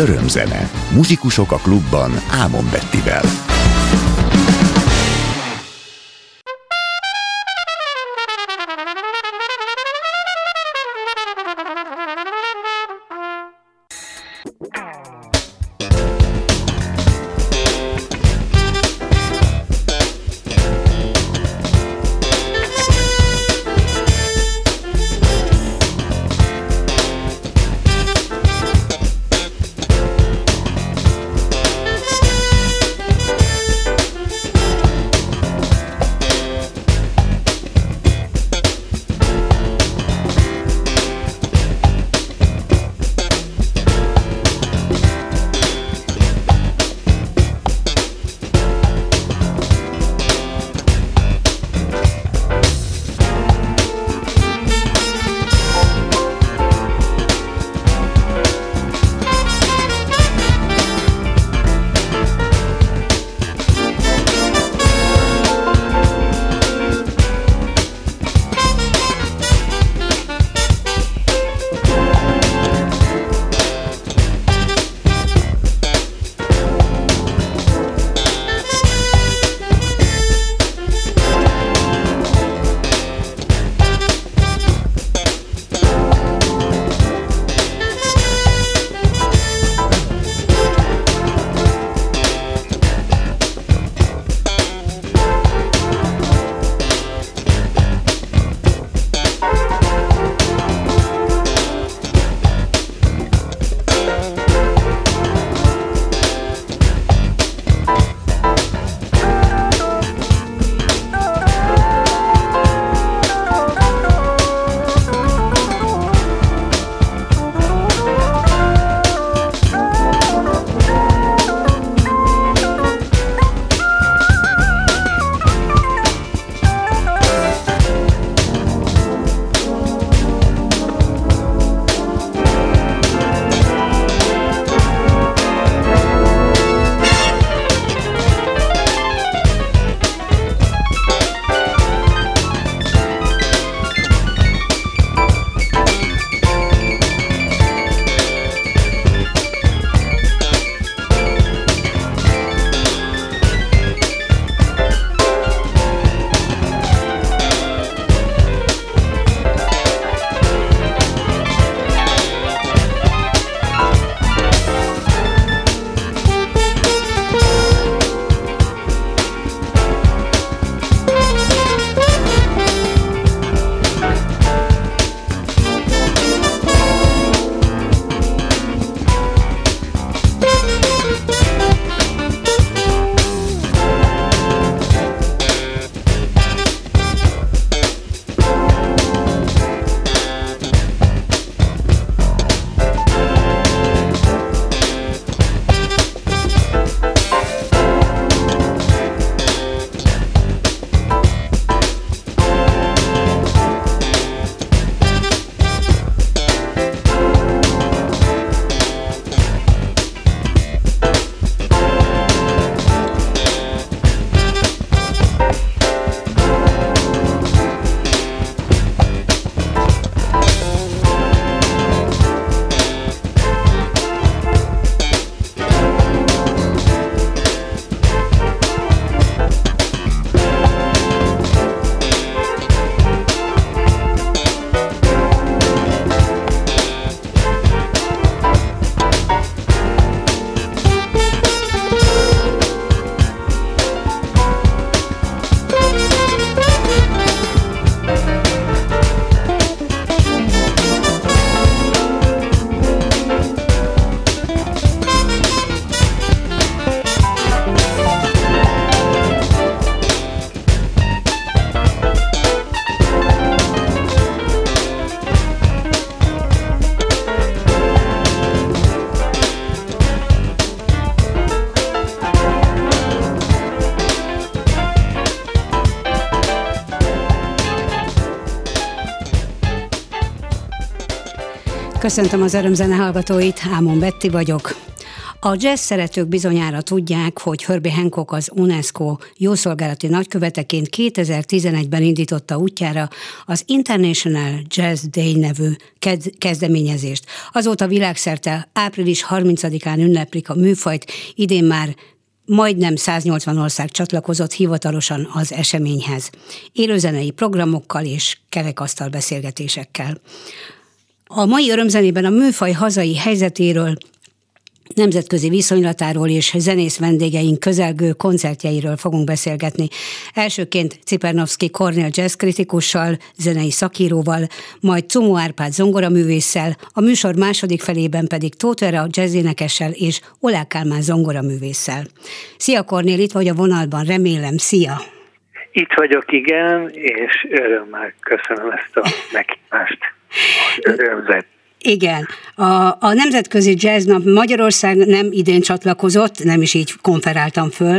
Örömzene. Muzsikusok a klubban Ámon Bettivel. Köszöntöm az Örömzene hallgatóit, Ámon Betti vagyok. A jazz szeretők bizonyára tudják, hogy Herbie Hancock az UNESCO jószolgálati nagyköveteként 2011-ben indította útjára az International Jazz Day nevű kezdeményezést. Azóta világszerte április 30-án ünneplik a műfajt, idén már majdnem 180 ország csatlakozott hivatalosan az eseményhez. Élőzenei programokkal és kerekasztal beszélgetésekkel. A mai örömzenében a műfaj hazai helyzetéről, nemzetközi viszonylatáról és zenész vendégeink közelgő koncertjeiről fogunk beszélgetni. Elsőként Cipernowski Kornél jazzkritikussal, zenei szakíróval, majd Czumó Árpád zongoraművésszel, a műsor második felében pedig Tóth Vera jazzénekessel és Oláh Kálmán zongoraművésszel. Szia Kornél, itt vagy a vonalban, remélem, szia! Itt vagyok, igen, és örömmel köszönöm ezt a meghívást. Örömzet. Igen. A Nemzetközi Jazz Nap Magyarország nem idén csatlakozott, nem is így konferáltam föl,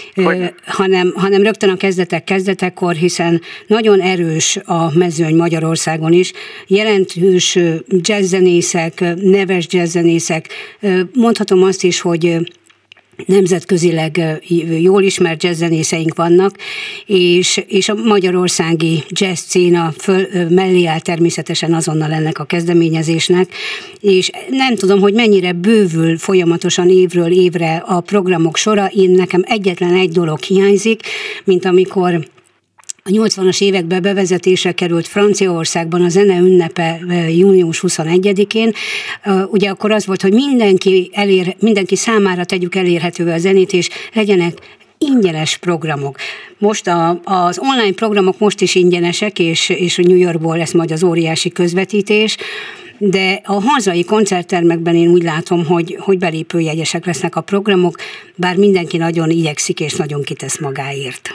hanem rögtön a kezdetekkor, hiszen nagyon erős a mezőny Magyarországon is. Jelentős jazzzenészek, neves jazzzenészek, mondhatom azt is, hogy nemzetközileg jól ismert jazzzenészeink vannak, és a magyarországi jazz szcéna mellé áll természetesen azonnal ennek a kezdeményezésnek, és nem tudom, hogy mennyire bővül folyamatosan évről évre a programok sora. Nekem egyetlen egy dolog hiányzik, mint amikor a 80-as években bevezetésre került Franciaországban a zene ünnepe június 21-én. Ugye akkor az volt, hogy mindenki számára tegyük elérhetővé a zenét, és legyenek ingyenes programok. Most az online programok most is ingyenesek, és New Yorkból lesz majd az óriási közvetítés, de a hazai koncerttermekben én úgy látom, hogy belépőjegyesek lesznek a programok, bár mindenki nagyon igyekszik, és nagyon kitesz magáért.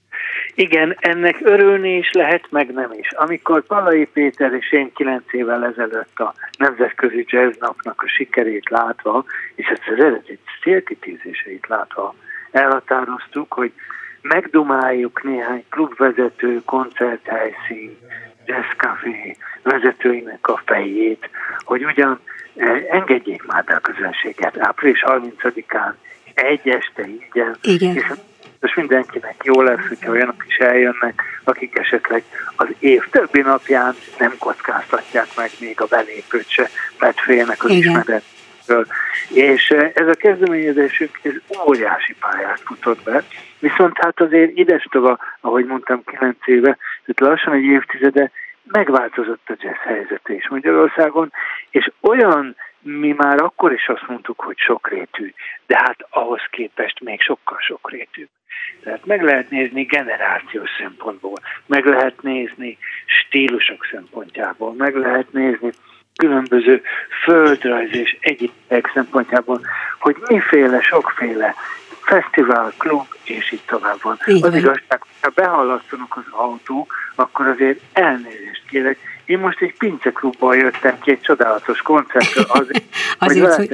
Igen, ennek örülni is lehet, meg nem is. Amikor Pallai Péter és én 9 évvel ezelőtt a Nemzetközi Jazz Napnak a sikerét látva, és ezt az eredeti célkitűzéseit látva elhatároztuk, hogy megdumáljuk néhány klubvezető, koncerthelyszín, jazzcafé vezetőinek a fejét, hogy ugyan engedjék már be a közönséget április 30-án egy este ingyen, és most mindenkinek jó lesz, hogyha olyanok is eljönnek, akik esetleg az év többi napján nem kockáztatják meg még a belépőt se, mert félnek az ismeretről. És ez a kezdeményezésünk ez óriási pályát futott be, viszont hát azért idestova, ahogy mondtam, 9 éve, tehát lassan egy évtizede megváltozott a jazz helyzete is Magyarországon, és olyan, mi már akkor is azt mondtuk, hogy sokrétű, de hát ahhoz képest még sokkal sokrétű. Tehát meg lehet nézni generációs szempontból, meg lehet nézni stílusok szempontjából, meg lehet nézni különböző földrajz és egyéb szempontjából, hogy miféle, sokféle fesztivál, klub, és így tovább van. Az igazság, ha behallasztanak az autók, akkor azért elnézést kérek. Én most egy pinceklubban jöttem ki egy csodálatos koncertről azért,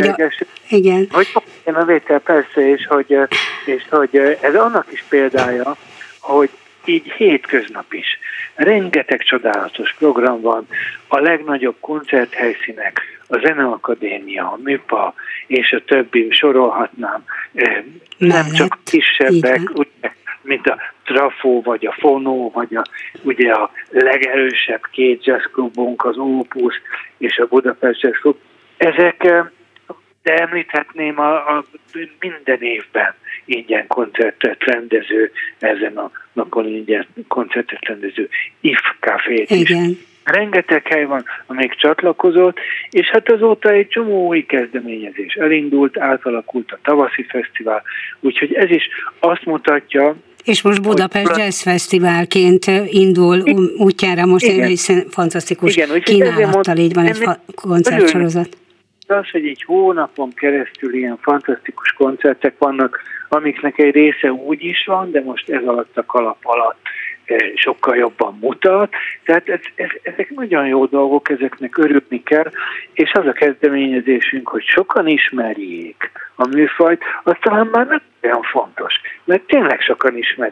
igen. Hogy én a vétel persze, és hogy ez annak is példája, hogy így hétköznap is. Rengeteg csodálatos program van, a legnagyobb koncerthelyszínek, a Zeneakadémia, a MÜPA, és a többi sorolhatnám. Nem csak kisebbek, mint a Trafó, vagy a Fonó, vagy ugye a legerősebb 2 jazzklubunk, az Opus és a Budapest Jazz Club. Ezek, de említhetném a minden évben ingyen koncertet rendező, ezen a napon ingyen koncertet rendező IF Cafét is. Rengeteg hely van, amelyik csatlakozott, és hát azóta egy csomó új kezdeményezés elindult, átalakult a tavaszi fesztivál, úgyhogy ez is azt mutatja. És most Budapest Jazz Fesztiválként indul útjára, most egy fantasztikus kínálattal, így van egy koncertsorozat. Az, hogy egy hónapon keresztül ilyen fantasztikus koncertek vannak, amiknek egy része úgy is van, de most ez alatt a kalap alatt sokkal jobban mutat. Tehát ezek nagyon jó dolgok, ezeknek örülni kell, és az a kezdeményezésünk, hogy sokan ismerjék a műfajt, az talán már nem olyan fontos, mert tényleg sokan ismerik.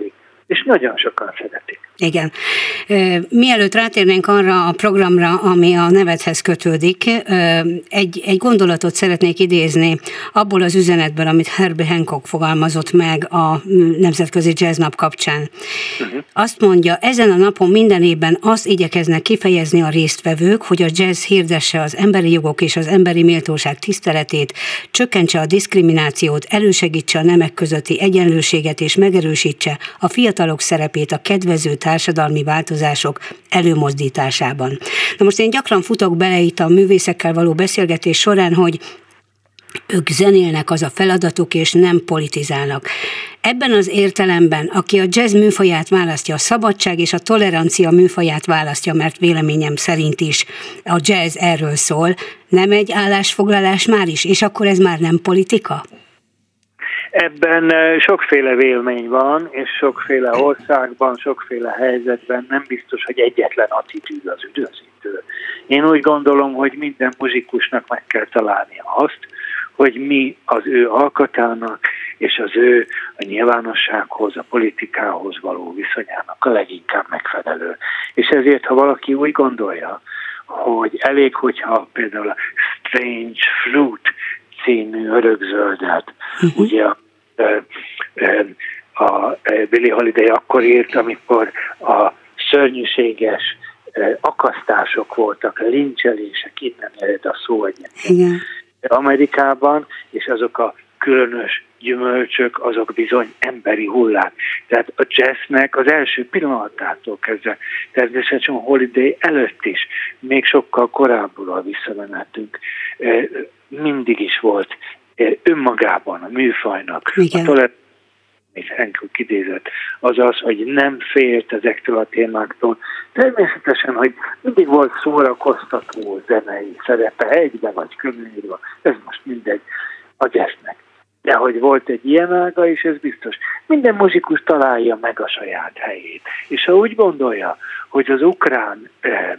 és nagyon sokan szeretik. Igen. Mielőtt rátérnénk arra a programra, ami a nevedhez kötődik, egy gondolatot szeretnék idézni abból az üzenetből, amit Herbie Hancock fogalmazott meg a Nemzetközi Jazz Nap kapcsán. Azt mondja, ezen a napon minden évben azt igyekeznek kifejezni a résztvevők, hogy a jazz hirdesse az emberi jogok és az emberi méltóság tiszteletét, csökkentse a diszkriminációt, elősegítse a nemek közötti egyenlőséget és megerősítse a fiatalok szerepét a kedvező társadalmi változások előmozdításában. Na most én gyakran futok bele itt a művészekkel való beszélgetés során, hogy ők zenélnek, az a feladatuk, és nem politizálnak. Ebben az értelemben, aki a jazz műfaját választja, a szabadság és a tolerancia műfaját választja, mert véleményem szerint is a jazz erről szól, nem egy állásfoglalás már is, és akkor ez már nem politika? Ebben sokféle vélemény van, és sokféle országban, sokféle helyzetben nem biztos, hogy egyetlen attitűd az üdvözítő. Én úgy gondolom, hogy minden muzsikusnak meg kell találnia azt, hogy mi az ő alkatának és az ő a nyilvánossághoz, a politikához való viszonyának a leginkább megfelelő. És ezért, ha valaki úgy gondolja, hogy elég, hogyha például a Strange Fruit című örökzöldet, ugye a Billie Holiday akkor írt, amikor a szörnyűséges akasztások voltak, lincselések, innen ered a szó egyébként Amerikában, és azok a különös gyümölcsök, azok bizony emberi hullák. Tehát a jazznek az első pillanatától kezdve, természetesen Holiday előtt is, még sokkal korábbról visszamenhetünk, mindig is volt önmagában a műfajnak, és Hancock idézett, az az, hogy nem félt ezektől a témáktól. Természetesen, hogy mindig volt szórakoztató zenei szerepe egyben vagy körülírva, ez most mindegy a jazznek. De hogy volt egy ilyen ága is, ez biztos. Minden muzsikus találja meg a saját helyét. És ha úgy gondolja, hogy az ukrán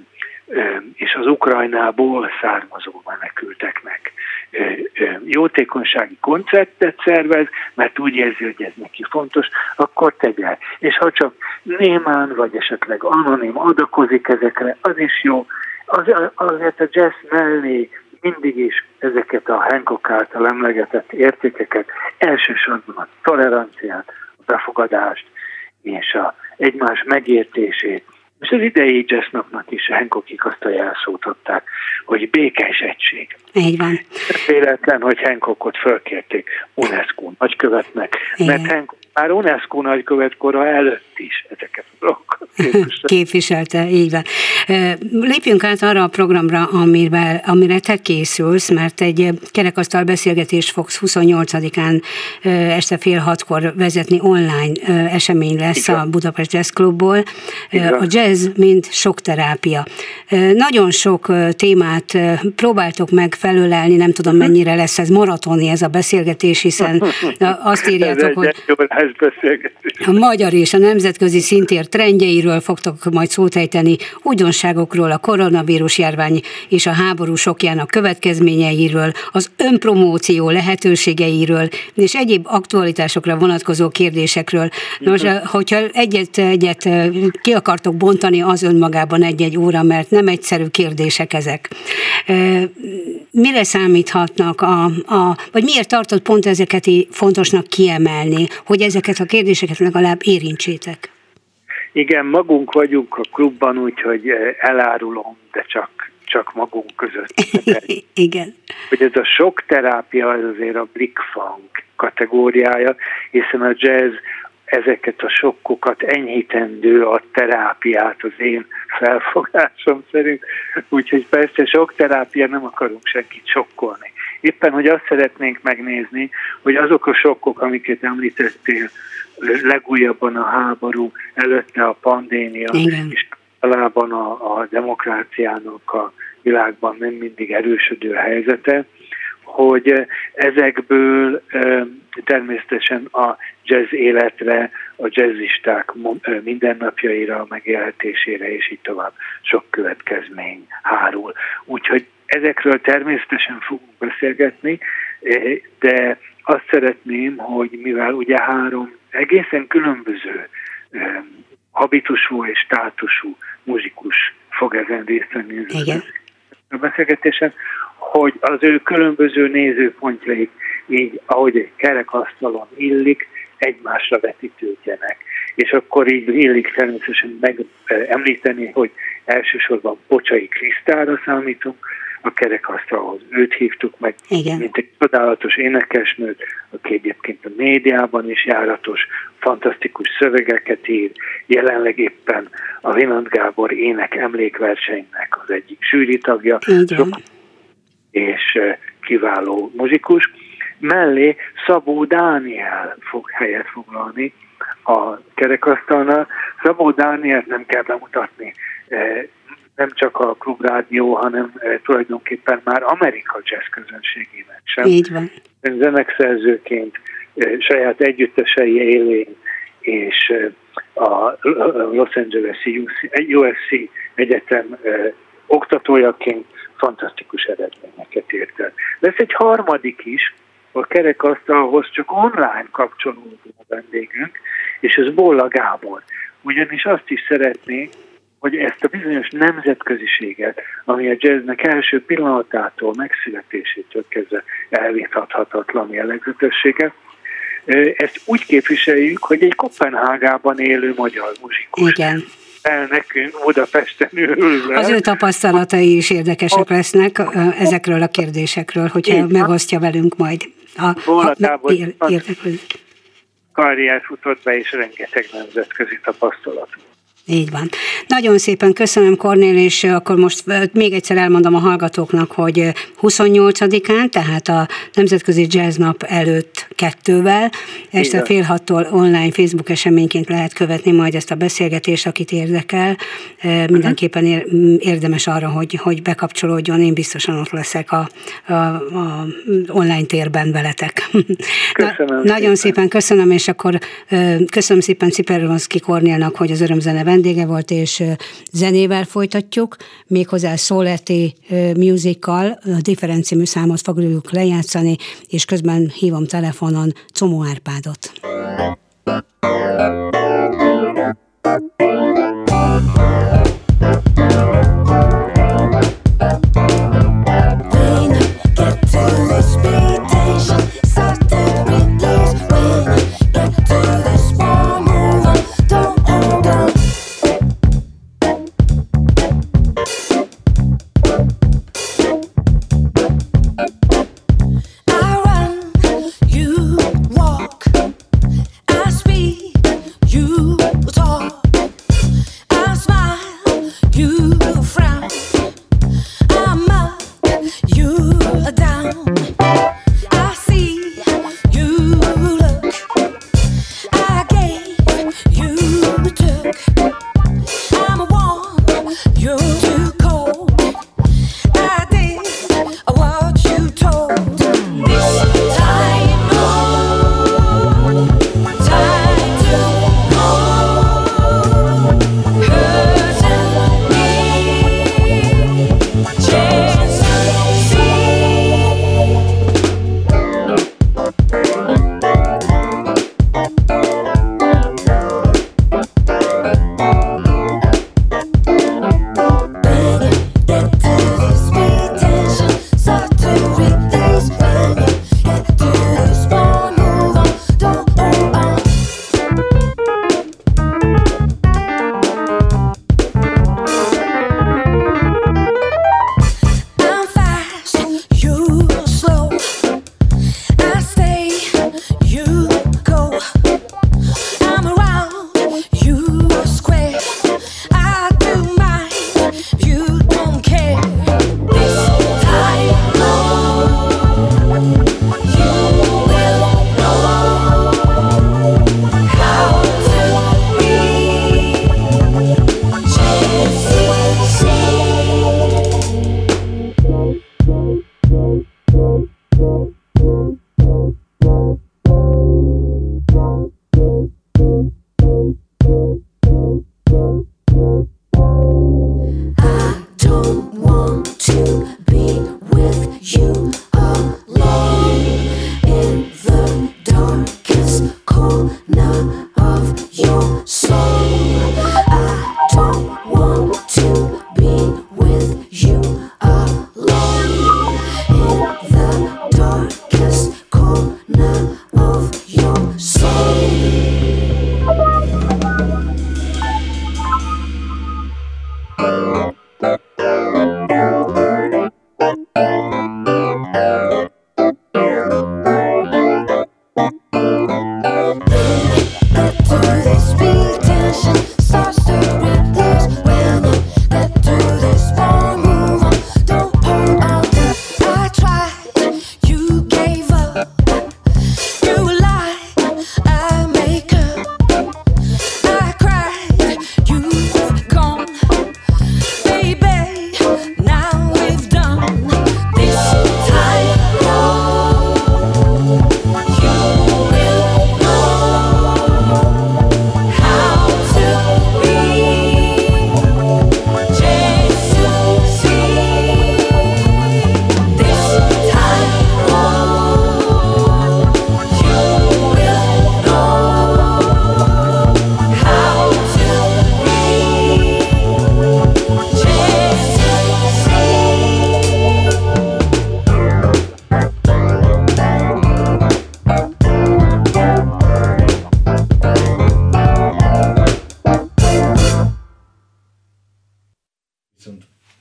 és az Ukrajnából származó menekülteknek jótékonysági koncertet szervez, mert úgy érzi, hogy ez neki fontos, akkor tegye. És ha csak némán, vagy esetleg anonim adakozik ezekre, az is jó. Azért a jazz mellé mindig is ezeket a Hancock által emlegetett értékeket, elsősorban a toleranciát, a befogadást és a egymás megértését. És az idei jazz napnak is Hancockik azt a jelszót adták, hogy békés egység. Így van. Véletlen, hogy Hancockot fölkérték UNESCO nagykövetnek, mert Hancock már UNESCO nagykövetkora előtt is ezeket a dolgokat képviselte, így van. Lépjünk át arra a programra, amire te készülsz, mert egy kerekasztal beszélgetés fogsz 28-án este 5:30 vezetni, online esemény lesz a Budapest Jazz Clubból. A jazz, mint sokterápia. Nagyon sok témát próbáltok meg felölelni, nem tudom mennyire lesz ez maratoni ez a beszélgetés, hiszen azt írjátok, hogy a magyar és a nemzetközi szintér trendjeiről fogtok majd szót ejteni, újdonságokról, a koronavírus járvány és a háború sokjának következményeiről, az önpromóció lehetőségeiről és egyéb aktualitásokra vonatkozó kérdésekről. Nos, hogyha egyet ki akartok bontani, az önmagában egy-egy óra, mert nem egyszerű kérdések ezek. Mire számíthatnak, vagy miért tartott pont ezeket fontosnak kiemelni, hogy ezeket a kérdéseket legalább érintsétek? Igen, magunk vagyunk a klubban, úgyhogy elárulom, de csak magunk között. Igen. Hogy ez a sok terápia, ez azért a Blickfang kategóriája, hiszen a jazz ezeket a sokkokat enyhítendő a terápiát az én felfogásom szerint. Úgyhogy persze sok terápia, nem akarunk senkit sokkolni. Éppen, hogy azt szeretnénk megnézni, hogy azok a sokkok, amiket említettél, legújabban a háború, előtte a pandémia, és általában a demokráciának a világban nem mindig erősödő helyzete, hogy ezekből természetesen a jazz életre, a jazzisták mindennapjaira, megélhetésére és így tovább sok következmény hárul. Úgyhogy ezekről természetesen fogunk beszélgetni, de azt szeretném, hogy mivel ugye 3 egészen különböző habitusú és státusú muzsikus fog ezen részt venni a beszélgetésen, hogy az ő különböző nézőpontjaik így, ahogy egy kerekasztalon illik, egymásra vetítődjenek. És akkor így illik természetesen megemlíteni, hogy elsősorban Bocsai Krisztára számítunk, a kerekasztalhoz őt hívtuk meg, mint egy csodálatos énekesnőt, aki egyébként a médiában is járatos, fantasztikus szövegeket ír, jelenleg éppen a Vinant Gábor ének emlékversenynek az egyik zsűritagja, és kiváló muzsikus. Mellé Szabó Dániel fog helyet foglalni a kerekasztalnál. Szabó Dánielt nem kell bemutatni, nem csak a Klubrádió, hanem tulajdonképpen már Amerika jazz közönségének sem. Így van. Zenekszerzőként, saját együttesei élén, és a Los Angeles-i USC Egyetem oktatójaként fantasztikus eredményeket ért el. Lesz egy harmadik is, a kerekasztalhoz csak online kapcsolódó vendégünk, és ez Bolla Gábor. Ugyanis azt is szeretnék, hogy ezt a bizonyos nemzetköziséget, ami a jazznek első pillanatától, megszületésétől kezdve elvitathatatlan jellegzetessége, ezt úgy képviseljük, hogy egy Koppenhágában élő magyar muzsikus. Igen. El nekünk Budapesten ülve. Az ő tapasztalatai is érdekesek lesznek ezekről a kérdésekről, hogyha megosztja velünk majd. Bolla Gábor karriert futott be, és rengeteg nemzetközi tapasztalat. Így van. Nagyon szépen köszönöm, Kornél, és akkor most még egyszer elmondom a hallgatóknak, hogy 28-án, tehát a Nemzetközi Jazz Nap előtt 2-vel, este 5:30 online Facebook eseményként lehet követni majd ezt a beszélgetést, akit érdekel. Mindenképpen érdemes arra, hogy bekapcsolódjon, én biztosan ott leszek a online térben veletek. Köszönöm. Nagyon szépen köszönöm, és akkor köszönöm szépen Ciperlonszky Kornélnak, hogy az Örömzene vendége volt, és zenével folytatjuk, méghozzá Soul-Eti Musical, a Different című számot fogjuk lejátszani, és közben hívom telefonon Comó Árpádot. Of your soul.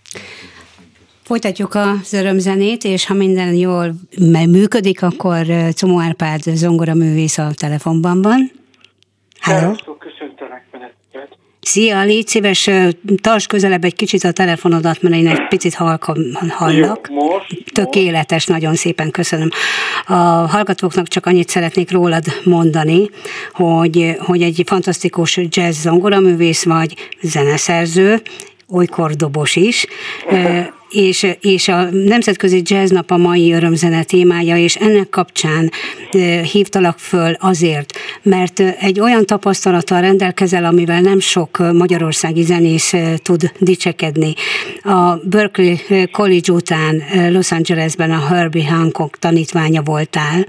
Folytatjuk az örömzenét, és ha minden jól működik, akkor Czomó Árpád zongoraművész a telefonban van. Hello. Köszöntelek benneteket. Szia, légy szíves, tarts közelebb egy kicsit a telefonodat, mert én egy picit hallak. Jó, most? Tökéletes, nagyon szépen köszönöm. A hallgatóknak csak annyit szeretnék rólad mondani, hogy egy fantasztikus jazz zongoraművész vagy, zeneszerző, olykor dobos is, és a Nemzetközi Jazz Nap a mai örömzene témája, és ennek kapcsán hívtalak föl azért, mert egy olyan tapasztalattal rendelkezel, amivel nem sok magyarországi zenész tud dicsekedni. A Berklee College után Los Angelesben a Herbie Hancock tanítványa voltál,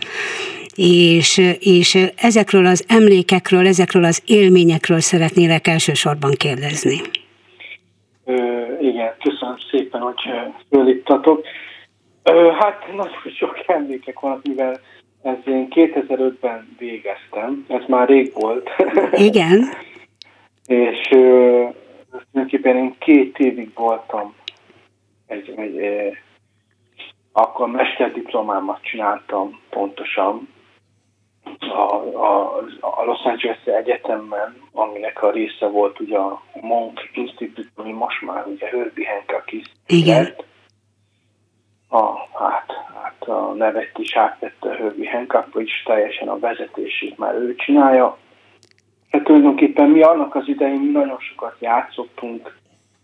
és ezekről az emlékekről, ezekről az élményekről szeretnélek elsősorban kérdezni. Igen, köszönöm szépen, hogy fölhívtatok. Hát nagyon sok emlékek van, mivel én 2005-ben végeztem, ez már rég volt. Igen. És tulajdonképpen én 2 évig voltam, akkor mesterdiplomámat csináltam pontosan a Los Angeles Egyetemen, aminek a része volt ugye a Monk Institute, ami most már ugye Herbie Hancock is. Igen. Hát a nevet is átvette Herbie Hancock, vagyis teljesen a vezetését már ő csinálja. Hát tulajdonképpen mi annak az idején nagyon sokat játszottunk,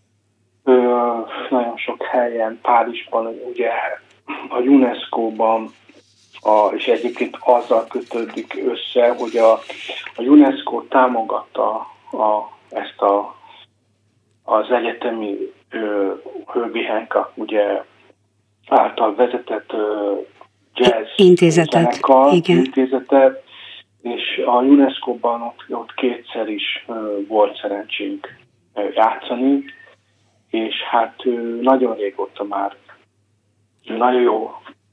nagyon sok helyen, Párizsban, ugye a UNESCO-ban, és egyébként azzal kötődik össze, hogy a UNESCO támogatta ezt az egyetemi Herbie Hancock ugye által vezetett jazz intézetet, és a UNESCO-ban ott 2-szer is volt szerencsénk játszani, és hát nagyon régóta már nagyon jó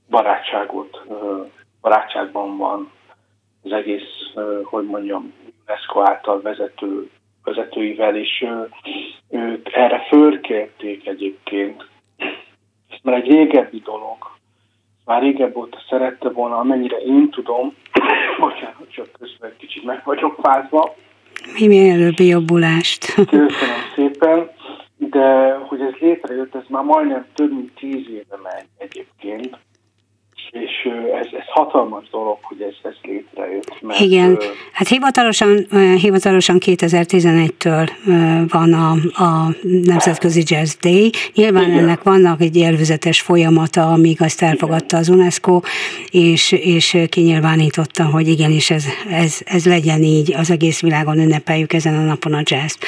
barátságban van az egész, hogy mondjam, UNESCO által vezetőivel, és ők erre fölkérték egyébként. Ez már egy régebbi dolog. Már régebb óta szerette volna, amennyire én tudom, bocsánat, csak közben egy kicsit meg vagyok fázva. Mielőbbi jobbulást. Köszönöm szépen, de hogy ez létrejött, ez már majdnem több mint 10 éve megy egyébként. És ez hatalmas dolog, hogy ez létrejött. Mert, igen, hát hivatalosan 2011-től van a Nemzetközi Jazz Day. Nyilván igen. Ennek vannak egy élvezetes folyamata, amíg azt elfogadta az UNESCO, és kinyilvánította, hogy igenis ez legyen így, az egész világon ünnepeljük ezen a napon a jazzt.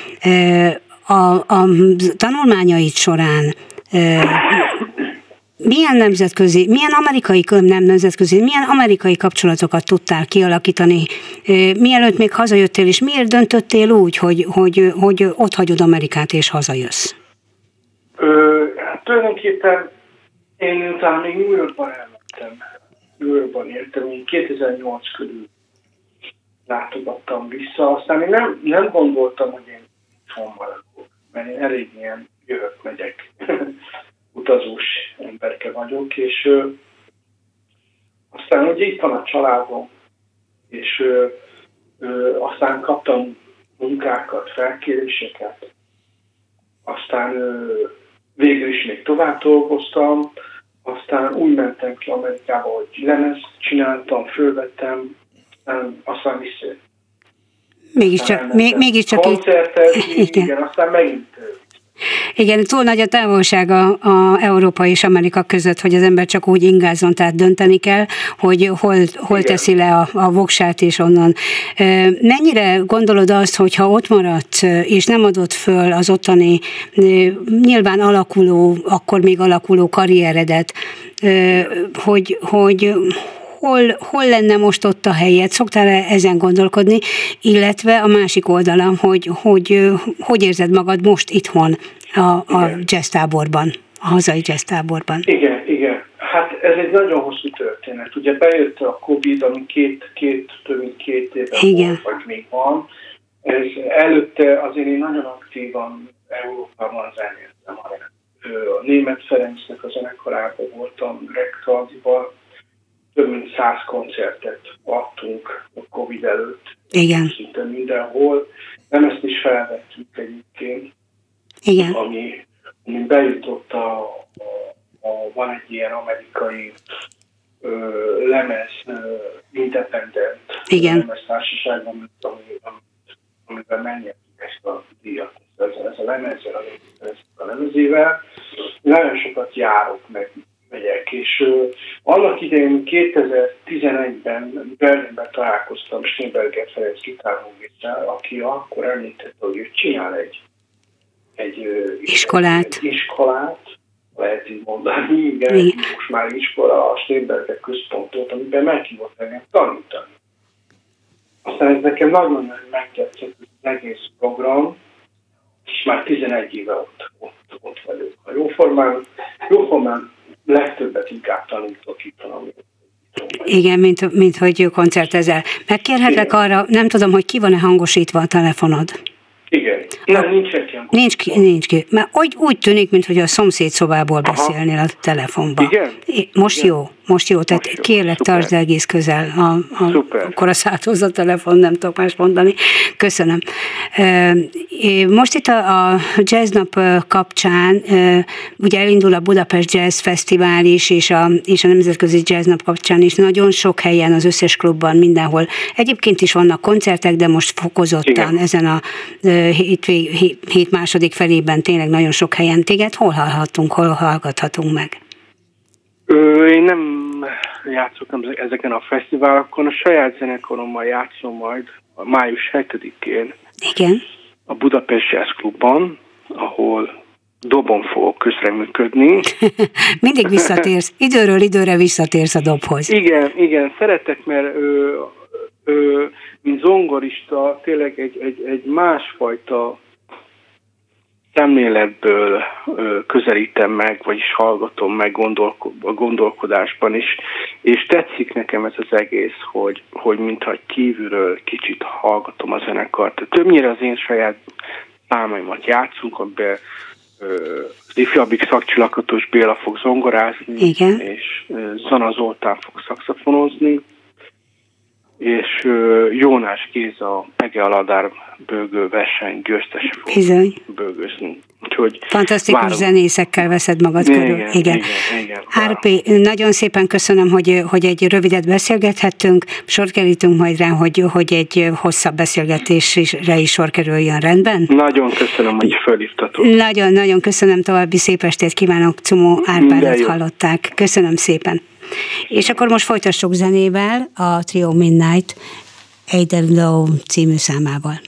A tanulmányaid során milyen amerikai kapcsolatokat tudtál kialakítani, mielőtt még hazajöttél, és miért döntöttél úgy, hogy ott hagyod Amerikát és hazajössz? Tulajdonképpen én utána még New Yorkban elmentem. New Yorkban éltem, én 2008 körül látogattam vissza, aztán én nem gondoltam, hogy én itthon maradok, mert én elég ilyen jövök-megyek utazós emberke vagyok, és aztán ugye itt van a családom, és aztán kaptam munkákat, felkéréseket, aztán végül is még tovább dolgoztam, aztán úgy mentem ki Amerikába, hogy lemezt csináltam, fölvettem, aztán vissza. Mégiscsak koncertet, igen, aztán megint. Igen, túl nagy a távolság a Európa és Amerika között, hogy az ember csak úgy ingázzon, tehát dönteni kell, hogy hol teszi le a voksát és onnan. Mennyire gondolod azt, hogyha ott maradsz, és nem adod föl az ottani nyilván akkor még alakuló karrieredet, hogy hol lenne most ott a helyed? Szoktál ezen gondolkodni, illetve a másik oldalon, hogy érzed magad most itthon a jazztáborban, a hazai jazztáborban? Igen. Hát ez egy nagyon hosszú történet. Ugye bejött a Covid, ami több mint két éve volt, vagy még van. Ez előtte azért én nagyon aktívan Európában zenéltem, Németh Ferencnek a zenekarában voltam Rektaldiban, több mint 100 koncertet adtunk a Covid előtt. Igen. Szinte mindenhol. Nem ezt is felvettük egyébként. Igen. Ami bejutott van egy ilyen amerikai lemez independent lemeztársaságban, amiben megnyertük ezt a díjat. Ez a lemezzel, a lemezével. Nagyon sokat járok, megyek, és annak idején 2011-ben Berlinben találkoztam Steinberger Ferenc gitárművésszel, aki akkor említette, hogy ő csinál egy iskolát, lehet így mondani, igen, most már iskola, a Steinberger központot, amiben meghívott engem tanítani. Aztán ez nekem nagyon megtetszett az egész program, és már 11 éve ott vagyok. A jóformán legtöbbet inkább tanítok itt valamit. Igen, mint hogy koncertezel. Megkérhetlek arra, nem tudom, hogy ki van-e hangosítva a telefonod? Igen. Nem, nincs ilyen. Nincs ki. Mert úgy tűnik, mintha a szomszéd szobából beszélnél a telefonba. Igen? Most jó. Tehát kérlek, tartsd egész közel. Akkor a szádhoz a telefon, nem tudok más mondani. Köszönöm. Most itt a jazznap kapcsán, ugye elindul a Budapest Jazz Fesztivál is, és a Nemzetközi Jazznap kapcsán is nagyon sok helyen, az összes klubban, mindenhol. Egyébként is vannak koncertek, de most fokozottan ezen a hét második felében tényleg nagyon sok helyen. Téged hol hallgathatunk meg? Én nem játszottam ezeken a fesztiválokon, a saját zenekarommal játszom majd a május 7-én. Igen. A Budapest Jazz Klubban, ahol dobon fogok közreműködni. Mindig visszatérsz, időről időre visszatérsz a dobhoz. Igen, szeretek, mert mint zongorista tényleg egy másfajta szemléletből közelítem meg, vagyis hallgatom meg a gondolkodásban is, és tetszik nekem ez az egész, hogy mintha kívülről kicsit hallgatom a zenekart. Többnyire az én saját számaimat játszunk, amiben az ifjabbik szakcsillakatos Béla fog zongorázni, igen, és Zana Zoltán fog szaxofonozni, és Jónás Géza Pege Aladár bőgő verseny győztese fog bőgőzni. Úgyhogy fantasztikus zenészekkel veszed magad körül. Igen. Árpi, nagyon szépen köszönöm, hogy egy rövidet beszélgethettünk, sor kerítünk majd rá, hogy egy hosszabb beszélgetésre is sor kerüljön, rendben? Nagyon köszönöm, hogy fölhívtatok. Nagyon köszönöm, további szép estét kívánok, Cumó Árpádot hallották. Köszönöm szépen. És akkor most folytassuk zenével, a Trio Midnight Aidan Lowe című számával.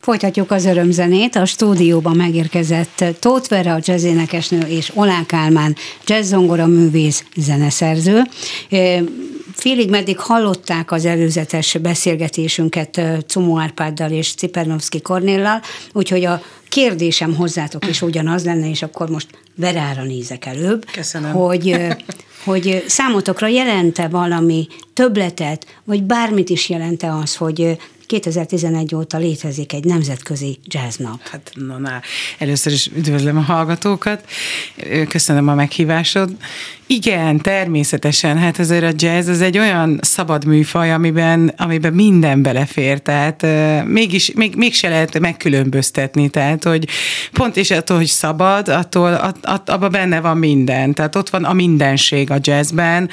Folytatjuk az örömzenét. A stúdióban megérkezett Tóth Vera, a jazzénekesnő, és Oláh Kálmán, jazzzongora művész, zeneszerző. Félig meddig hallották az előzetes beszélgetésünket Czumó Árpáddal és Cipernovszky Kornéllal, úgyhogy a kérdésem hozzátok is ugyanaz lenne, és akkor most Verára nézek előbb. Köszönöm. Hogy számotokra jelente valami többletet, vagy bármit is jelente az, hogy 2011 óta létezik egy nemzetközi jazznap. Hát, először is üdvözlöm a hallgatókat, köszönöm a meghívásod. Igen, természetesen, hát azért a jazz az egy olyan szabad műfaj, amiben minden belefér, tehát mégse lehet megkülönböztetni, tehát hogy pont és attól, hogy szabad, abban benne van minden, tehát ott van a mindenség a jazzben,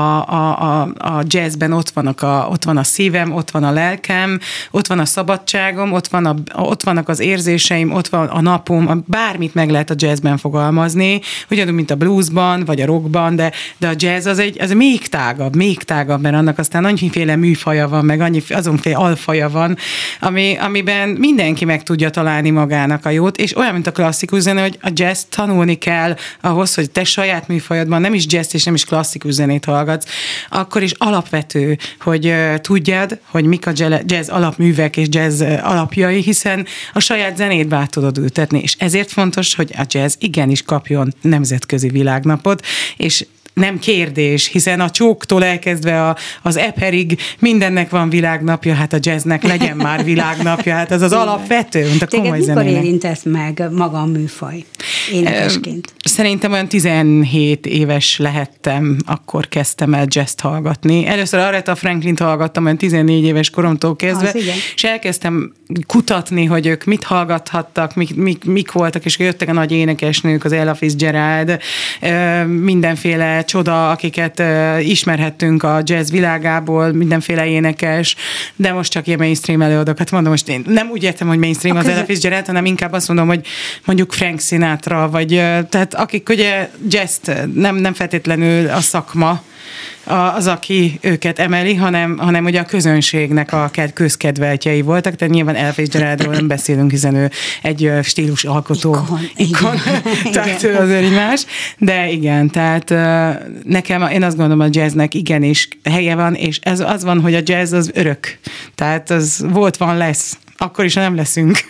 a jazzben ott van a szívem, ott van a lelkem, ott van a szabadságom, ott vannak az érzéseim, ott van a napom, bármit meg lehet a jazzben fogalmazni, ugyanúgy, mint a bluesban, vagy a rockban, de a jazz az még tágabb, mert annak aztán annyiféle műfaja van, meg azonféle alfaja van, amiben mindenki meg tudja találni magának a jót, és olyan, mint a klasszikus zene, hogy a jazz tanulni kell ahhoz, hogy te saját műfajodban nem is jazz és nem is klasszikus zenét hallgatsz, akkor is alapvető, hogy tudjad, hogy mik a jazz alapművek és jazz alapjai, hiszen a saját zenét be tudod ültetni, és ezért fontos, hogy a jazz igenis kapjon nemzetközi világnapot, és nem kérdés, hiszen a csóktól elkezdve az eperig mindennek van világnapja, hát a jazznek legyen már világnapja, hát ez az alapvető, mint a komoly zenének. Mikor érintett meg maga a műfaj énekesként? Szerintem olyan 17 éves lehettem, akkor kezdtem el jazzt hallgatni. Először Aretha Franklint hallgattam olyan 14 éves koromtól kezdve, és elkezdtem kutatni, hogy ők mit hallgathattak, mik voltak, és jöttek a nagy énekesnők, az Ella Fitzgerald, mindenféle csoda, akiket ismerhettünk a jazz világából, mindenféle énekes, de most csak ilyen mainstream előadókat mondom, most én nem úgy értem, hogy mainstream az Ella Fitzgerald, hanem inkább azt mondom, hogy mondjuk Frank Sinatra, vagy tehát akik ugye jazzt nem feltétlenül a szakma az, aki őket emeli, hanem ugye a közönségnek a közkedveltjei voltak, tehát nyilván Ella Fitzgeraldról nem beszélünk, hiszen ő egy stílus alkotó ikon. Tehát ő azért így más. De igen, tehát nekem, én azt gondolom, a jazznek igenis helye van, és ez az van, hogy a jazz az örök. Tehát az volt, van, lesz. Akkor is, ha nem leszünk.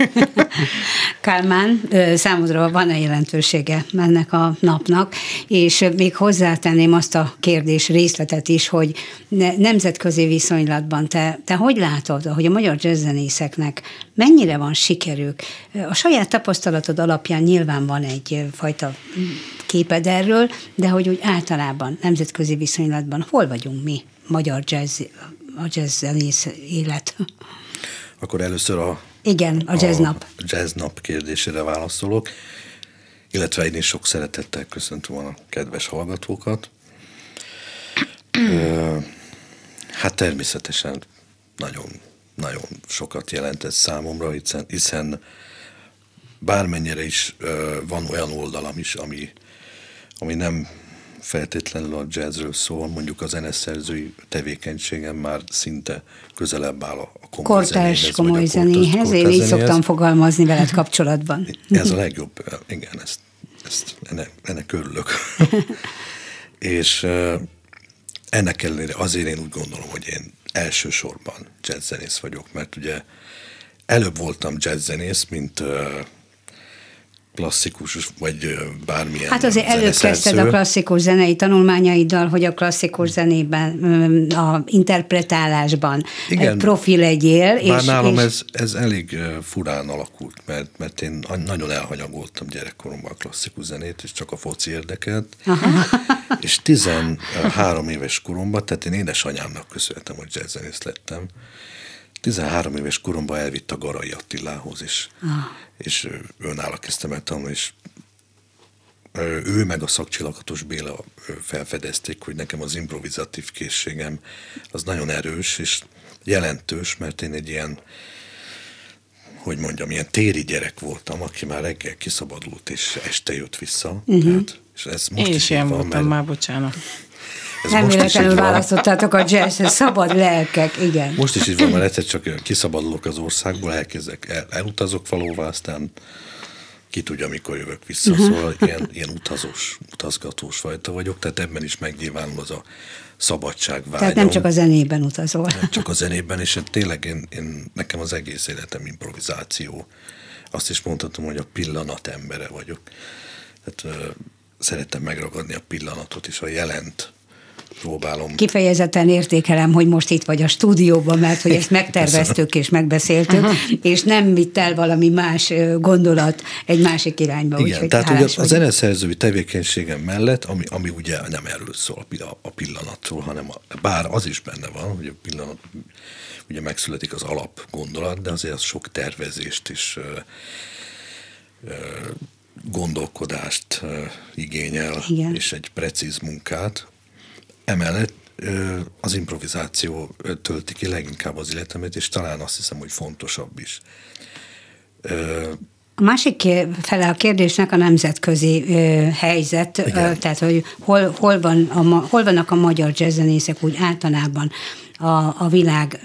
Kálmán, számodra van-e jelentősége ennek a napnak, és még hozzátenném azt a kérdés részletet is, hogy nemzetközi viszonylatban te hogy látod, hogy a magyar jazzzenészeknek mennyire van sikerük? A saját tapasztalatod alapján nyilván van egyfajta képed erről, de hogy úgy általában nemzetközi viszonylatban hol vagyunk mi, magyar jazz, a jazzzenész élet? Akkor először a jazznap kérdésére válaszolok, illetve én is sok szeretettel köszöntöm a kedves hallgatókat. Hát természetesen nagyon, nagyon sokat jelentett számomra, hiszen bármennyire is van olyan oldalam is, ami nem feltétlenül a jazzről szól, mondjuk a zeneszerzői tevékenységem már szinte közelebb áll a kortárs komoly zenéhez. Én így szoktam fogalmazni veled kapcsolatban. Ez a legjobb, igen, ennek örülök. És ennek ellenére azért én úgy gondolom, hogy én elsősorban jazzzenész vagyok, mert ugye előbb voltam jazzzenész, mint klasszikus, vagy bármilyen hát azért előbb kezdted a klasszikus zenei tanulmányaiddal, hogy a klasszikus zenében, a interpretálásban igen, profi legyél. Bár nálam ez elég furán alakult, mert én nagyon elhanyagoltam gyerekkoromban a klasszikus zenét, és csak a foci érdekelt. És 13 éves koromban, tehát én édesanyámnak köszönhetem, hogy jazzzenész lettem. 13 éves koromban elvitt a Garai Attilához, és őnála kezdtem el tanulni, és ő meg a Szakcsillagatos Béla felfedezték, hogy nekem az improvizatív készségem az nagyon erős, és jelentős, mert én egy ilyen, hogy mondjam, ilyen téri gyerek voltam, aki már reggel kiszabadult, és este jött vissza. Tehát, és ez most én is ilyen voltam, már bocsánat. Nem véletlenül választottátok a jazz, szabad lelkek, igen. Most is így van, mert egyszer csak kiszabadulok az országból, elutazok valóvá, aztán ki tudja, mikor jövök vissza. Szóval ilyen utazgatós fajta vagyok, tehát ebben is megnyilvánul az a szabadságvágyam. Tehát nem csak a zenében utazol. Nem csak a zenében, és tényleg nekem az egész életem improvizáció. Azt is mondhatom, hogy a pillanat embere vagyok. Tehát szeretem megragadni a pillanatot, és a jelent próbálom. Kifejezetten értékelem, hogy most itt vagy a stúdióban, mert hogy ezt megterveztük és megbeszéltük, és nem vitt el valami más gondolat egy másik irányba. Igen, tehát ugye a zeneszerzői tevékenységem mellett, ami ugye nem erről szól a pillanatról, hanem bár az is benne van, hogy a pillanat ugye megszületik az alap gondolat, de azért az sok tervezést és gondolkodást igényel, igen, és egy precíz munkát. Emellett az improvizáció tölti ki leginkább az életemet, és talán azt hiszem, hogy fontosabb is. A másik fele a kérdésnek a nemzetközi helyzet, igen, tehát hogy hol vannak a magyar jazzzenészek úgy általában a világ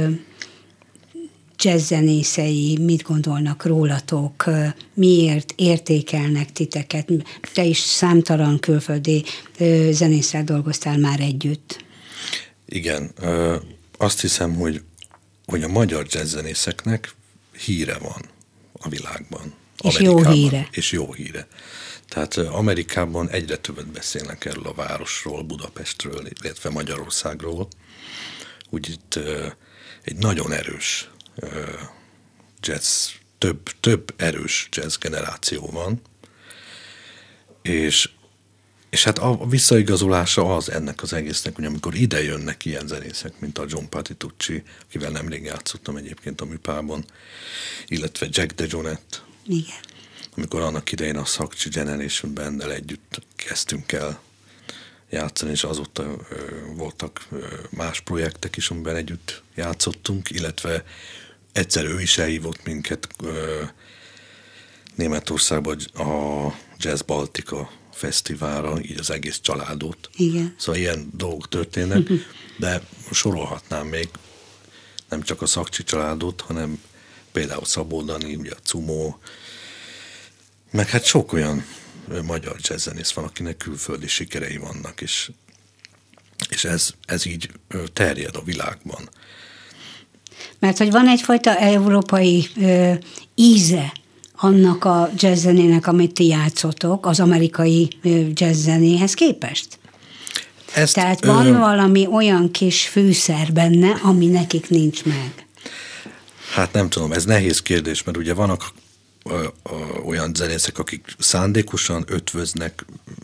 jazzzenészei, mit gondolnak rólatok, miért értékelnek titeket? Te is számtalan külföldi zenésszel dolgoztál már együtt. Igen, azt hiszem, hogy a magyar jazzzenészeknek híre van a világban. És jó híre. És jó híre. Tehát Amerikában egyre többet beszélnek erről a városról, Budapestről, illetve Magyarországról. Úgy itt egy nagyon erős jazz, több erős jazz generáció van, és hát a visszaigazolása az ennek az egésznek, hogy amikor ide jönnek ilyen zenészek, mint a John Patitucci, akivel nemrég játszottam egyébként a Műpában, illetve Jack DeJohnette. Igen. Amikor annak idején a Sakci Generation Banddel együtt kezdtünk el játszani, és azóta voltak más projektek is, amiben együtt játszottunk, illetve egyszer ő is elhívott minket Németországban a Jazz Baltica fesztiválra, így az egész családot. Igen. Szóval ilyen dolgok történnek, de sorolhatnám még nem csak a Sakci családot, hanem például Szabó Dani, ugye a Cumó, meg hát sok olyan magyar jazzzenész van, akinek külföldi sikerei vannak, és ez így terjed a világban. Mert hogy van egyfajta európai íze annak a jazzzenének, amit ti játszotok, az amerikai jazzzenéhez képest? Tehát van valami olyan kis fűszer benne, ami nekik nincs meg. Hát nem tudom, ez nehéz kérdés, mert ugye vannak olyan zenészek, akik szándékosan ötvöznek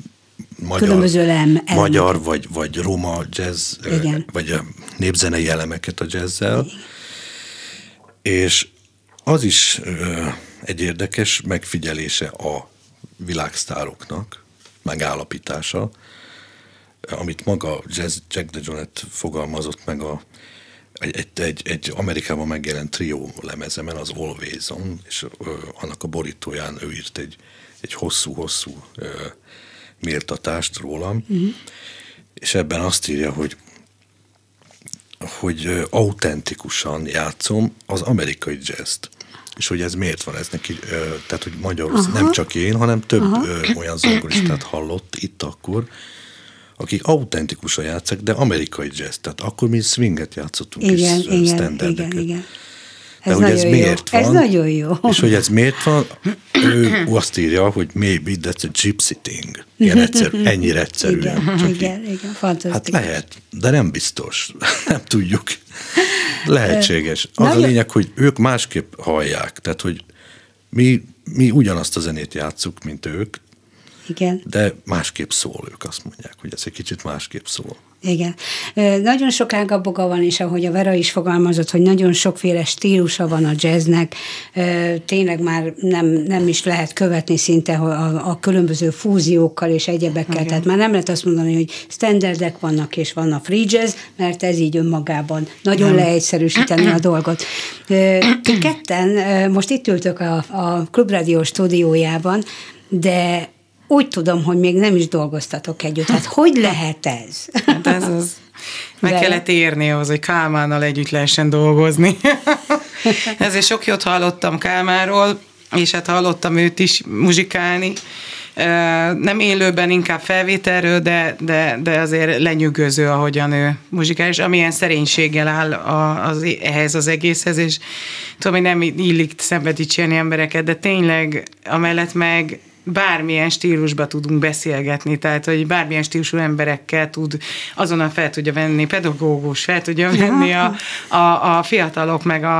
magyar vagy roma jazz, igen, vagy a népzenei elemeket a jazzzel, igen. És az is egy érdekes megfigyelése a világsztároknak, megállapítása, amit maga Jack DeJohnette fogalmazott meg egy Amerikában megjelent trió lemezemen, az Always On, és annak a borítóján ő írt egy hosszú méltatást rólam, és ebben azt írja, hogy autentikusan játszom az amerikai jazzt. És hogy ez miért van, ez neki, tehát hogy Magyarország, nem csak én, hanem több olyan zongoristát hallott itt akkor, akik autentikusan játszak, de amerikai jazz, tehát akkor mi swinget játszottunk, igen, és standardeket. Igen. De hogy ez miért van, ez nagyon jó. És hogy ez miért van, ő azt írja, hogy maybe that's a gypsy thing. Ennyire egyszerű. Igen, fantasztikus. Hát lehet, de nem biztos. Nem tudjuk. Lehetséges. Az a lényeg, hogy ők másképp hallják. Tehát, hogy mi ugyanazt a zenét játsszuk, mint ők, igen, de másképp szól, ők azt mondják, hogy ez egy kicsit másképp szól. Igen. Nagyon sok ágaboga van, és ahogy a Vera is fogalmazott, hogy nagyon sokféle stílusa van a jazznek, tényleg már nem is lehet követni szinte a különböző fúziókkal és egyebekkel, igen. Tehát már nem lehet azt mondani, hogy standardek vannak és van a free jazz, mert ez így önmagában nagyon leegyszerűsíteni a dolgot. Ti ketten most itt ültök a Klubrádió stúdiójában, de úgy tudom, hogy még nem is dolgoztatok együtt. Hát hogy lehet ez? Hát ez az. Meg kellett érni ahhoz, hogy Kálmánnal együtt lehessen dolgozni. Ezért sok jót hallottam Kálmánról, és hát hallottam őt is muzsikálni. Nem élőben, inkább felvételről, de azért lenyűgöző, ahogyan ő muzsikál, és amilyen szerénységgel áll ehhez az egészhez, és tudom, hogy nem illik szembe dicsérni embereket, de tényleg amellett meg bármilyen stílusba tudunk beszélgetni, tehát, hogy bármilyen stílusú emberekkel azonnal fel tudja venni, pedagógus, fel tudja venni a fiatalok,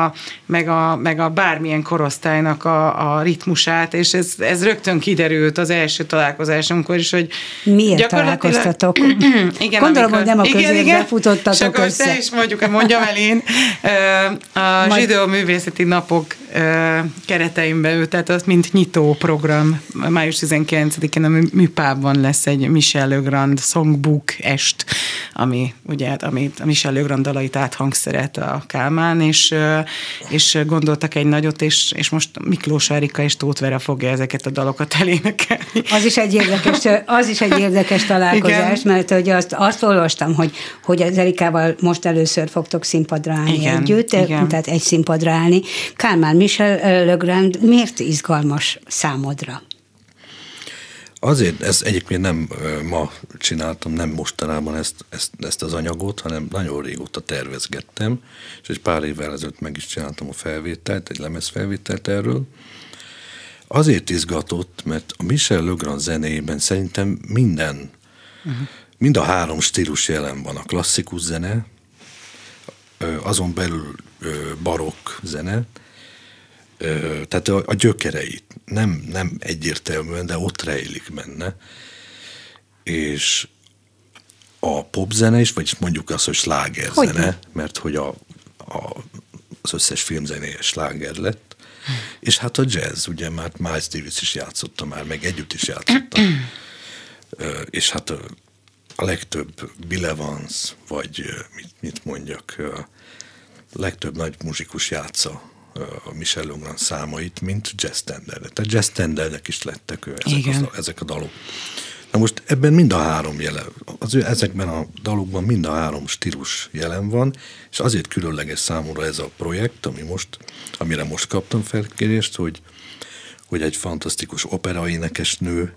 meg a bármilyen korosztálynak a ritmusát, és ez rögtön kiderült az első találkozásunkkor is, hogy miért találkoztatok? Igen, gondolom, hogy nem a közérbe futottatok össze. Te is mondjam el én, a Zsidó Művészeti Napok keretein belül, tehát az mint nyitó program. Május 19-én a Műpában lesz egy Michel Legrand Songbook est, ami ugye, amit a Michel Legrand dalait áthangszeret a Kálmán, és gondoltak egy nagyot, és most Miklós Erika és Tóth Vera fogja ezeket a dalokat elénekelni. Az is egy érdekes találkozás, igen. Mert hogy azt olvastam, hogy az Erikával most először fogtok színpadra állni együtt, tehát egy színpadra állni. Kálmán, Michel Legrand miért izgalmas számodra? Azért, ezt egyébként nem ma csináltam, nem mostanában ezt az anyagot, hanem nagyon régóta tervezgettem, és egy pár évvel ezelőtt meg is csináltam a felvételt, egy lemezfelvételt erről. Azért izgatott, mert a Michel Legrand zenéjében szerintem mind a három stílus jelen van. A klasszikus zene, azon belül barokk zene, tehát a gyökereit nem egyértelműen, de ott rejlik benne. És a popzene is, vagyis mondjuk azt, hogy slágerzene, mert hogy az összes filmzenéje sláger lett. És hát a jazz, ugye már Miles Davis is játszotta már, meg együtt is játszotta. És hát a legtöbb Bill Evans, vagy mit mondjak, a legtöbb nagy muzsikus játsza a Michel Legrand számait, mint jazz standardek. Tehát jazz standardek is lettek ezek a dalok. Na most ebben mind a három ezekben a dalokban mind a három stílus jelen van, és azért különleges számomra ez a projekt, amire most kaptam felkérést, hogy egy fantasztikus operaénekesnő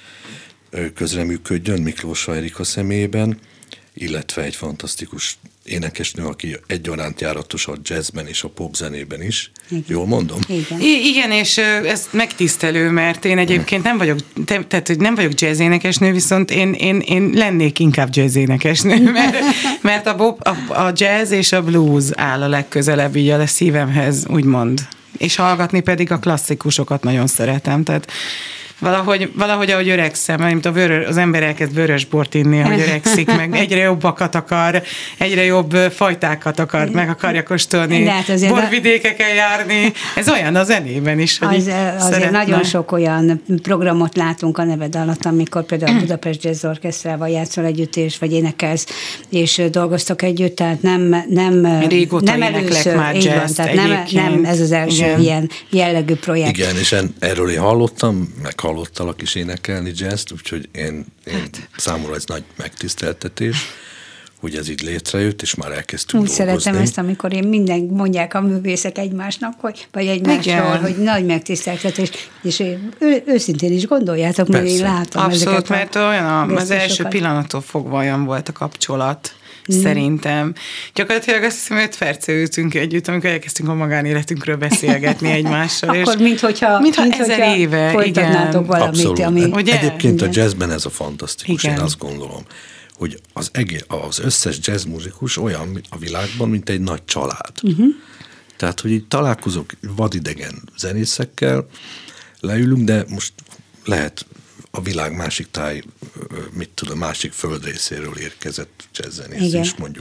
közreműködjön Miklós Erika személyében, illetve egy fantasztikus énekesnő, aki egyaránt járatos a jazzben és a popzenében is. Igen. Jól mondom? Igen, és ez megtisztelő, mert én egyébként nem vagyok jazz énekesnő, viszont én lennék inkább jazz énekesnő, mert a jazz és a blues áll a legközelebb így a szívemhez, úgymond. És hallgatni pedig a klasszikusokat nagyon szeretem, tehát Valahogy ahogy öregszem, mint az ember elkezd vörösbort inni, ahogy öregszik, meg egyre jobbakat akar, egyre jobb fajtákat akar, meg akarja kóstolni, borvidékeken járni. Ez olyan a zenében is, hogy azért nagyon sok olyan programot látunk a neved alatt, amikor például a Budapest Jazz Orchestrával játszol együtt, vagy énekelsz, és dolgoztok együtt, tehát nem régóta éneklek már jazz-t, tehát nem ez az első ilyen jellegű projekt. Igen, és erről én hallottam, hallottalak is énekelni jazzt, úgyhogy én számomra ez nagy megtiszteltetés, hogy ez így létrejött, és már elkezdtünk dolgozni. Úgy szeretem ezt, amikor mondják a művészek egymásnak, vagy egymásról, hogy nagy megtiszteltetés, és őszintén is gondoljátok, mert én látom abszolút, ezeket. Mert olyan az első pillanattól fogva olyan volt a kapcsolat, szerintem. Gyakorlatilag azt hiszem, 5 perce ültünk együtt, amikor elkezdtünk a magánéletünkről beszélgetni egymással. Akkor minthogyha 1000 éve folytatnátok valamit. Abszolút. Egyébként a jazzben ez a fantasztikus, én azt gondolom, hogy az összes jazzmuzikus olyan a világban, mint egy nagy család. Tehát, hogy így találkozok vadidegen zenészekkel, leülünk, de most lehet a világ másik másik földrészéről érkezett jazzzenész is, mondjuk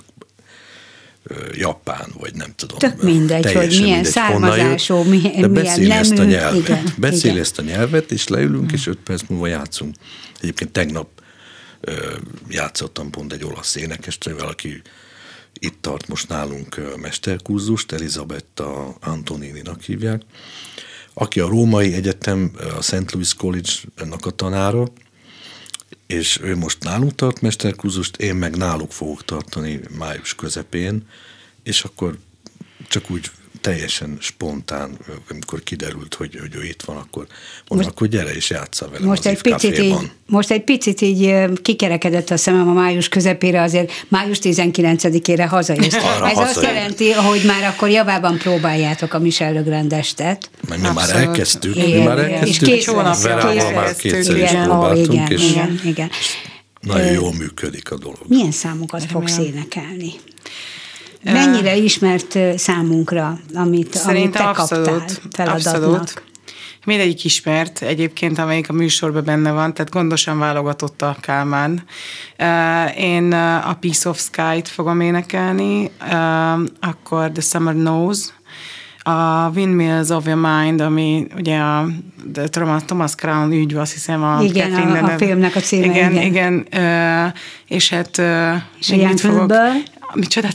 Japán, vagy nem tudom. Tök mindegy, hogy milyen származású, milyen beszéli nemű. Ezt a nyelvet. Beszéli ezt a nyelvet, és leülünk, és 5 perc múlva játszunk. Egyébként tegnap játszottam pont egy olasz énekesnővel, aki itt tart most nálunk mesterkurzust, Elisabetta Antonininak hívják, aki a Római Egyetem, a St. Louis College-nak a tanára, és ő most nálunk tart mesterkurzust, én meg náluk fogok tartani május közepén, és akkor csak úgy teljesen spontán, amikor kiderült, hogy ő itt van, akkor mondom, akkor gyere és játsszál velem most egy picit így kikerekedett a szemem a május közepére, azért május 19-ére hazajössz. Ez azt jelenti, hogy már akkor javában próbáljátok a Michel Legrand-estet. Mert mi már elkezdtük. És Verával már kétszer is próbáltunk, és igen. nagyon jól működik a dolog. Milyen számokat fogsz énekelni? Mennyire ismert számunkra, amit te kaptál feladatnak? Abszolút. Mindegyik ismert egyébként, amelyik a műsorban benne van, tehát gondosan válogatott a Kálmán. Én a Piece of Sky-t fogom énekelni, akkor The Summer Knows, a Windmills of Your Mind, ami ugye a Thomas Crown ügy, azt hiszem a filmnek a címe. Igen. És hát... És a Yankee-ből? Micsoda,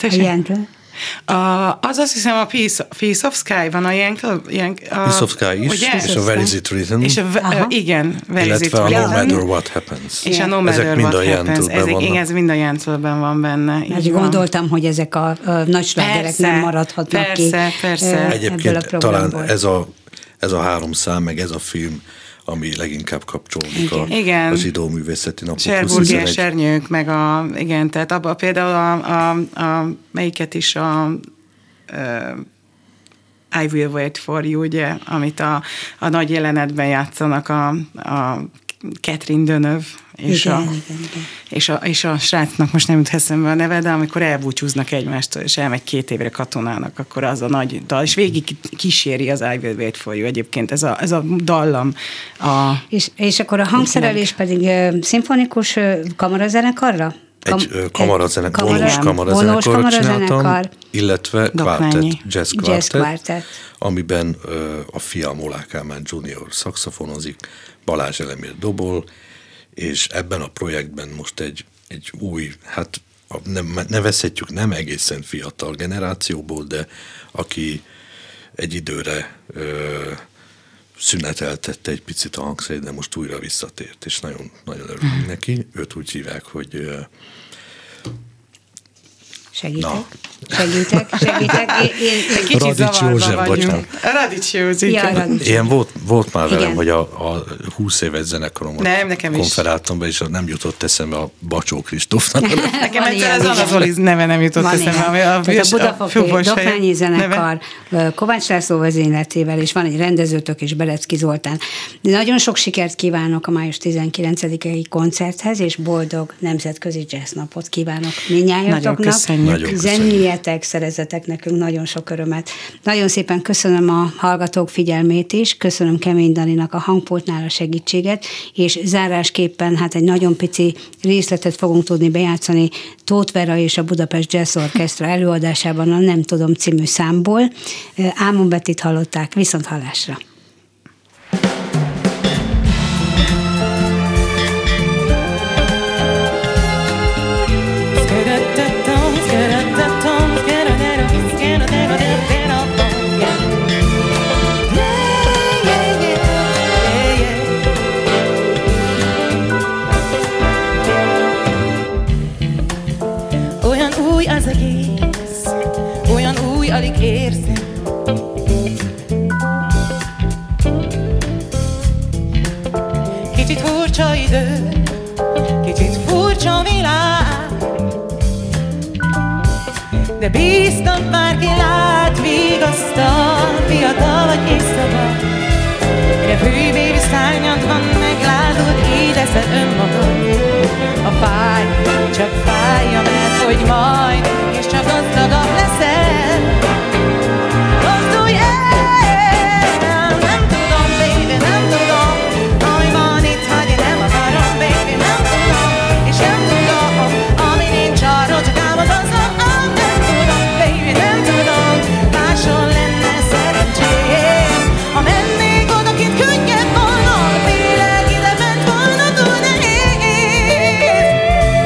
az azt hiszem a Piece of Sky van, a Piece of Sky is, ugye? És a Where is it written? És igen, Where is it written? Illetve a No Matter What Happens. És a No Matter What Happens. Ez mind a Jantelben van benne. Hát gondoltam, hogy ezek a nagy slágerek nem maradhatnak ki. Persze. Egyébként talán ez a 3 szám, meg ez a film, ami leginkább kapcsolódik a zsidó művészeti napokhoz. Cserburgi esernyők, meg tehát abban például a melyiket is I Will Wait For You, ugye, amit a nagy jelenetben játszanak a Catherine Deneuve, és a srácnak most nem jut eszembe a neve, de amikor elbúcsúznak egymástól, és elmegy 2 évre katonának, akkor az a nagy dal, és végig kíséri az I Will Wait For You egyébként, ez a dallam. És akkor a hangszerelés pedig szimfonikus kamarazenekarra? Egy vonós kamarazenekar csináltam, illetve jazz quartet, amiben a fiam Olá Kálmán Junior szaxofonozik, Balázs Elemér dobol, és ebben a projektben most egy új, hát nevezhetjük nem egészen fiatal generációból, de aki egy időre szüneteltette egy picit a hangszerét, de most újra visszatért, és nagyon, nagyon örülünk neki. Őt úgy hívják, hogy Segítek. Radics József, bocsánat. Radics József. Ilyen volt már velem, hogy a 20 éves zenekaromat konferáltam be, és nem jutott eszembe a Bacsó Kristófnak. Nekem egyszer az Anna Zoli neve nem jutott eszembe. A Budafoki Doknányi Zenekar Kovács László vezényletével, és van egy rendezőtök is, Berecki Zoltán. De nagyon sok sikert kívánok a május 19-i koncerthez, és boldog nemzetközi jazznapot kívánok mindnyájatoknak. Zenéljetek, szerezzetek nekünk nagyon sok örömet. Nagyon szépen köszönöm a hallgatók figyelmét is, köszönöm Kemény Daninak a hangpultnál a segítséget, és zárásképpen hát egy nagyon pici részletet fogunk tudni bejátszani Tóth Vera és a Budapest Jazz Orchestra előadásában a Nem tudom című számból. Ámon Bettit hallották, viszont hallásra. Az egész, olyan új, alig érzem. Kicsit furcsa idő, kicsit furcsa világ, de bíztam, bárki lát vigasztal, fiatal vagy éjszaka. Mire fűvévi szárnyad van, meglátod, így leszed önmagad. A fáj, csak fájja, mert hogy majd, és csak gazdagabb leszel. Gazdulj el, nem tudom, baby, nem tudom, ami van itt, hogy én nem akarom, baby, nem tudom, és nem tudom, ami nincs arról, csak álmodozom, nem tudom, baby, nem tudom, máshol lenne szerencsém, ha mennék odakint könnyebb volna, a világ ide ment volna túl nehéz.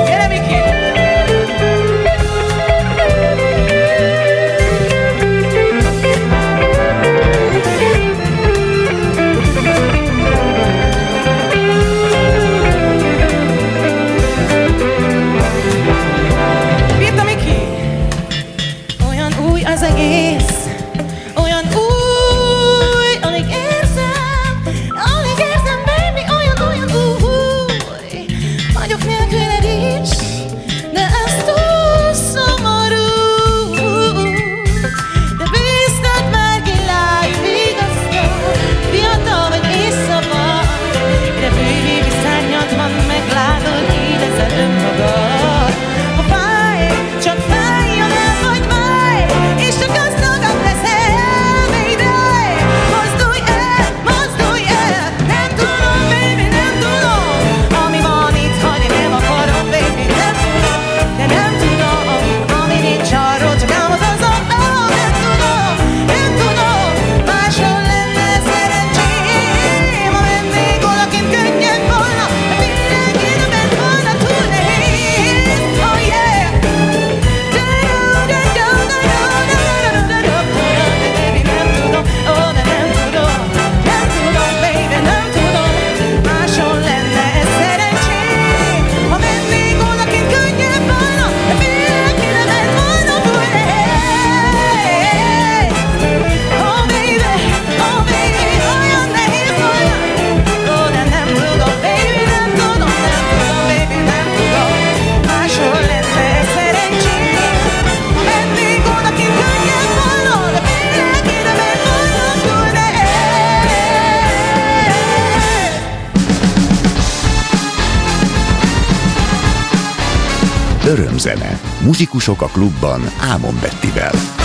Örömzene. Muzsikusok a klubban Ámon Bettivel.